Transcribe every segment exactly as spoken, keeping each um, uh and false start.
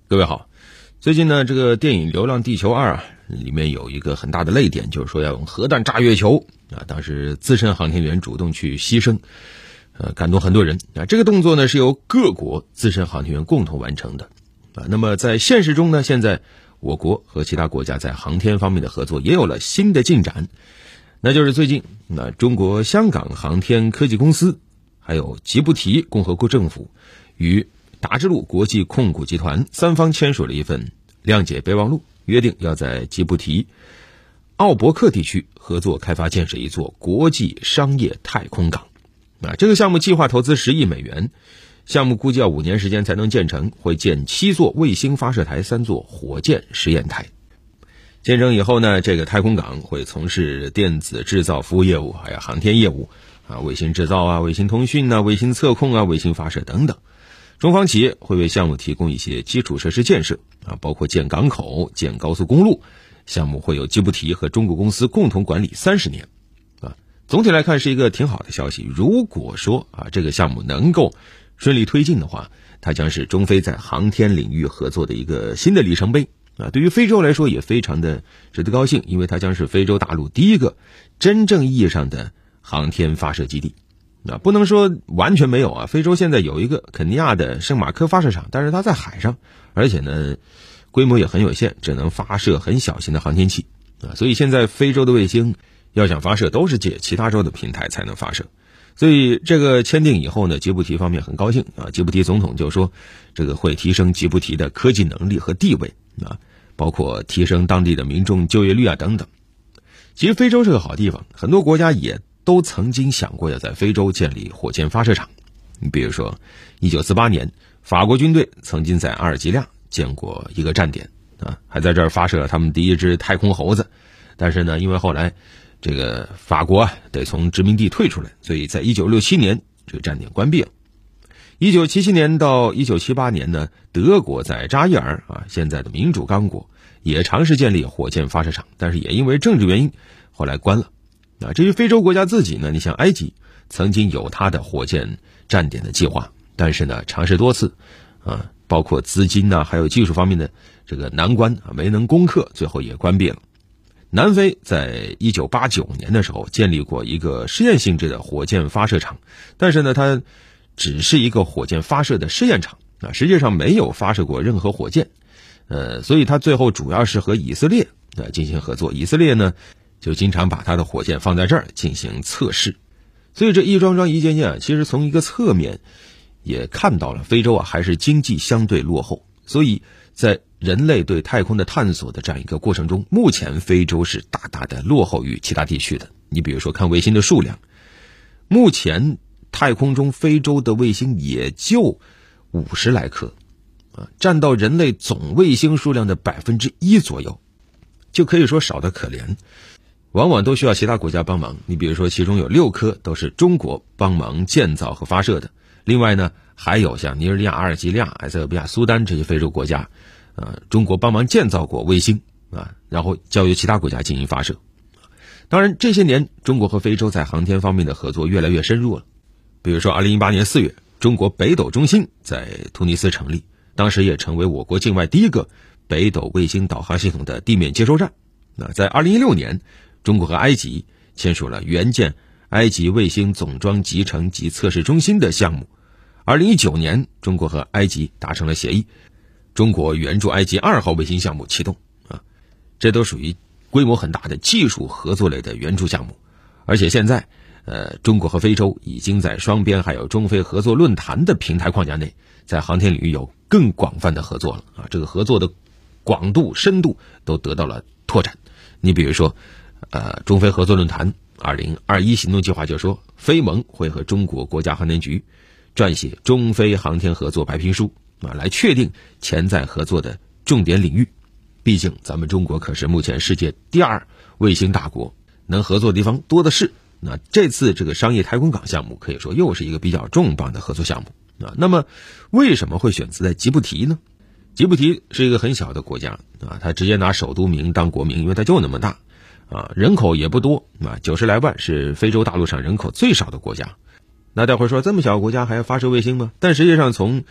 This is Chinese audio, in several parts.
各位好，最近呢，这个电影《流浪地球二》啊，里面有一个很大的泪点，就是说要用核弹炸月球啊。当时资深航天员主动去牺牲，呃，感动很多人啊。这个动作呢是由各国资深航天员共同完成的啊。那么在现实中呢，现在我国和其他国家在航天方面的合作也有了新的进展，那就是最近那中国香港航天科技公司还有吉布提共和国政府与达之路国际控股集团三方签署了一份谅解备忘录，约定要在吉布提奥伯克地区合作开发建设一座国际商业太空港。啊，这个项目计划投资十亿美元，项目估计要五年时间才能建成，会建七座卫星发射台、三座火箭实验台。建成以后呢，这个太空港会从事电子制造服务业务，还有航天业务啊，卫星制造啊、卫星通讯啊、卫星测控啊、卫星发射等等。中方企业会为项目提供一些基础设施建设啊，包括建港口、建高速公路。项目会有吉布提和中国公司共同管理三十年啊。总体来看是一个挺好的消息。如果说啊这个项目能够顺利推进的话，它将是中非在航天领域合作的一个新的里程碑啊。对于非洲来说也非常的值得高兴，因为它将是非洲大陆第一个真正意义上的航天发射基地。啊，不能说完全没有啊。非洲现在有一个肯尼亚的圣马科发射场，但是它在海上，而且呢，规模也很有限，只能发射很小型的航天器啊。所以现在非洲的卫星要想发射，都是借其他洲的平台才能发射。所以这个签订以后呢，吉布提方面很高兴啊。吉布提总统就说，这个会提升吉布提的科技能力和地位啊，包括提升当地的民众就业率啊等等。其实非洲是个好地方，很多国家也都曾经想过要在非洲建立火箭发射场。你比如说一九四八年法国军队曾经在阿尔及利亚建过一个站点啊，还在这儿发射了他们第一只太空猴子。但是呢，因为后来这个法国啊得从殖民地退出来，所以在一九六七年这个站点关闭了。一九七七年到一九七八年呢，德国在扎伊尔啊，现在的民主刚果也尝试建立火箭发射场，但是也因为政治原因后来关了。啊，至于非洲国家自己呢，你像埃及曾经有它的火箭站点的计划，但是呢尝试多次啊，包括资金呢还有技术方面的这个难关啊，没能攻克，最后也关闭了。南非在一九八九年的时候建立过一个实验性质的火箭发射场，但是呢它只是一个火箭发射的试验场啊，实际上没有发射过任何火箭。呃，所以它最后主要是和以色列啊进行合作，以色列呢就经常把他的火箭放在这儿进行测试。所以这一桩桩一件件啊，其实从一个侧面也看到了非洲啊还是经济相对落后。所以在人类对太空的探索的这样一个过程中，目前非洲是大大的落后于其他地区的。你比如说看卫星的数量，目前太空中非洲的卫星也就五十来颗啊，占到人类总卫星数量的百分之一左右，就可以说少得可怜。往往都需要其他国家帮忙。你比如说其中有六颗都是中国帮忙建造和发射的，另外呢还有像尼日利亚、阿尔及利亚、埃塞俄比亚、苏丹这些非洲国家呃，中国帮忙建造过卫星啊，然后交由其他国家进行发射。当然这些年中国和非洲在航天方面的合作越来越深入了。比如说二零一八年四月，中国北斗中心在突尼斯成立，当时也成为我国境外第一个北斗卫星导航系统的地面接收站。那在二零一六年，中国和埃及签署了援建埃及卫星总装集成及测试中心的项目。二零一九年，中国和埃及达成了协议，中国援助埃及二号卫星项目启动啊，这都属于规模很大的技术合作类的援助项目。而且现在呃，中国和非洲已经在双边还有中非合作论坛的平台框架内，在航天领域有更广泛的合作了啊，这个合作的广度深度都得到了拓展。你比如说呃，中非合作论坛二零二一行动计划就说，非盟会和中国国家航天局撰写中非航天合作白皮书啊，来确定潜在合作的重点领域。毕竟咱们中国可是目前世界第二卫星大国，能合作的地方多的是。那这次这个商业太空港项目可以说又是一个比较重磅的合作项目啊。那么为什么会选择在吉布提呢？吉布提是一个很小的国家啊，它直接拿首都名当国名，因为它就那么大啊，人口也不多啊，九十来万，是非洲大陆上人口最少的国家。那待会儿说这么小的国家还要发射卫星吗？但实际上从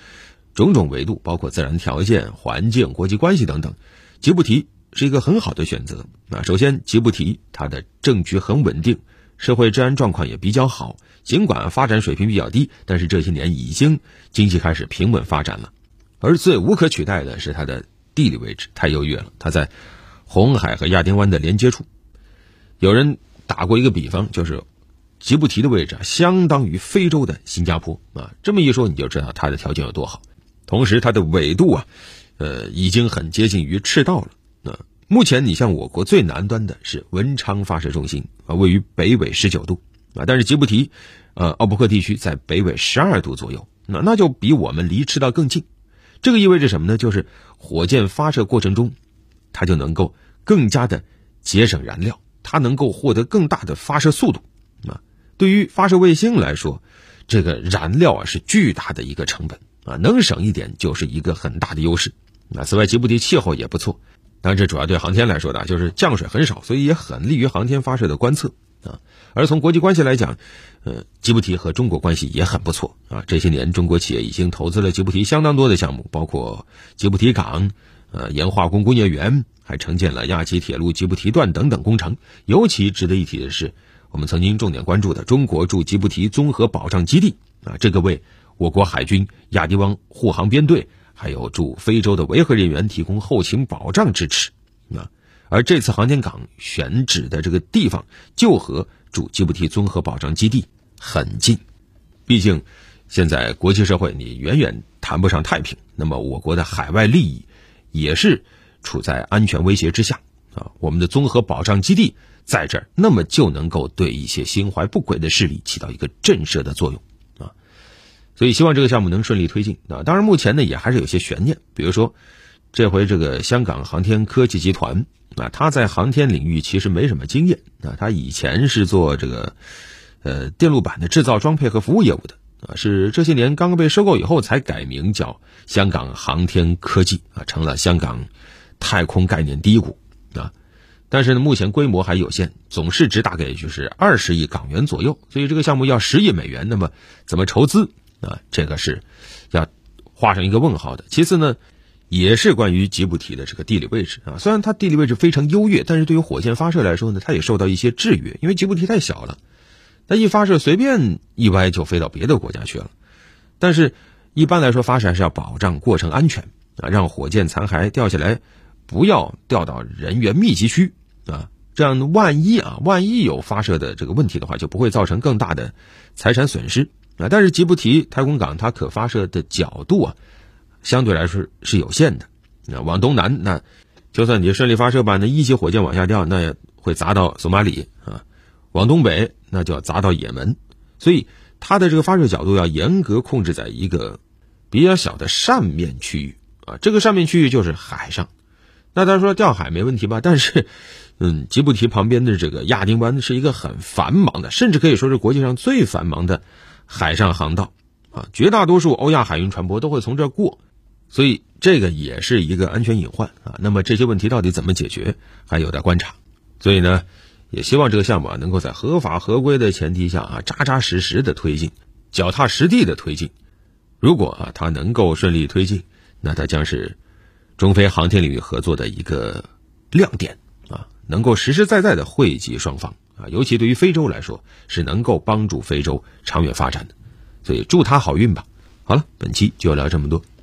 种种维度，包括自然条件、环境、国际关系等等，吉布提是一个很好的选择。啊，首先吉布提它的政局很稳定，社会治安状况也比较好，尽管发展水平比较低，但是这些年已经经济开始平稳发展了。而最无可取代的是它的地理位置太优越了，它在红海和亚丁湾的连接处。有人打过一个比方，就是吉布提的位置啊，相当于非洲的新加坡啊。这么一说，你就知道它的条件有多好。同时，它的纬度啊，呃，已经很接近于赤道了。啊，目前你像我国最南端的是文昌发射中心啊，位于北纬十九度啊，但是吉布提，呃，奥布克地区在北纬十二度左右，那那就比我们离赤道更近。这个意味着什么呢？就是火箭发射过程中，它就能够更加的节省燃料，它能够获得更大的发射速度啊。对于发射卫星来说，这个燃料啊是巨大的一个成本啊，能省一点就是一个很大的优势。那此外，吉布提气候也不错，当然这主要对航天来说的，就是降水很少，所以也很利于航天发射的观测啊。而从国际关系来讲，呃，吉布提和中国关系也很不错啊。这些年，中国企业已经投资了吉布提相当多的项目，包括吉布提港、呃盐化工工业园，还承建了亚吉铁路吉布提段等等工程。尤其值得一提的是，我们曾经重点关注的中国驻吉布提综合保障基地啊，这个为我国海军亚丁湾护航编队还有驻非洲的维和人员提供后勤保障支持啊。而这次航天港选址的这个地方就和驻吉布提综合保障基地很近，毕竟现在国际社会你远远谈不上太平，那么我国的海外利益也是处在安全威胁之下啊。我们的综合保障基地在这儿，那么就能够对一些心怀不轨的势力起到一个震慑的作用啊。所以希望这个项目能顺利推进啊。当然目前呢也还是有些悬念，比如说这回这个香港航天科技集团啊，他在航天领域其实没什么经验啊，他以前是做这个呃电路板的制造装配和服务业务的啊，是这些年刚刚被收购以后才改名叫香港航天科技啊，成了香港太空概念第一股啊。但是呢，目前规模还有限，总市值大概也就是二十亿港元左右，所以这个项目要十亿美元，那么怎么筹资啊？这个是要画上一个问号的。其次呢，也是关于吉布提的这个地理位置啊，虽然它地理位置非常优越，但是对于火箭发射来说呢，它也受到一些制约，因为吉布提太小了，它一发射随便一歪就飞到别的国家去了。但是一般来说，发射还是要保障过程安全啊，让火箭残骸掉下来不要掉到人员密集区啊，这样万一啊，万一有发射的这个问题的话，就不会造成更大的财产损失啊。但是吉布提太空港它可发射的角度啊，相对来说是有限的。那往东南，那就算你顺利发射吧，那一级火箭往下掉，那也会砸到索马里啊；往东北，那就要砸到也门。所以它的这个发射角度要严格控制在一个比较小的扇面区域啊，这个扇面区域就是海上。那他说掉海没问题吧？但是，嗯，吉布提旁边的这个亚丁湾是一个很繁忙的，甚至可以说是国际上最繁忙的海上航道啊，绝大多数欧亚海运船舶都会从这儿过，所以这个也是一个安全隐患啊。那么这些问题到底怎么解决，还有待观察。所以呢，也希望这个项目啊能够在合法合规的前提下啊，扎扎实实的推进，脚踏实地的推进。如果啊它能够顺利推进，那它将是中非航天领域合作的一个亮点啊，能够实实在在的惠及双方啊，尤其对于非洲来说，是能够帮助非洲长远发展的，所以祝他好运吧。好了，本期就聊这么多。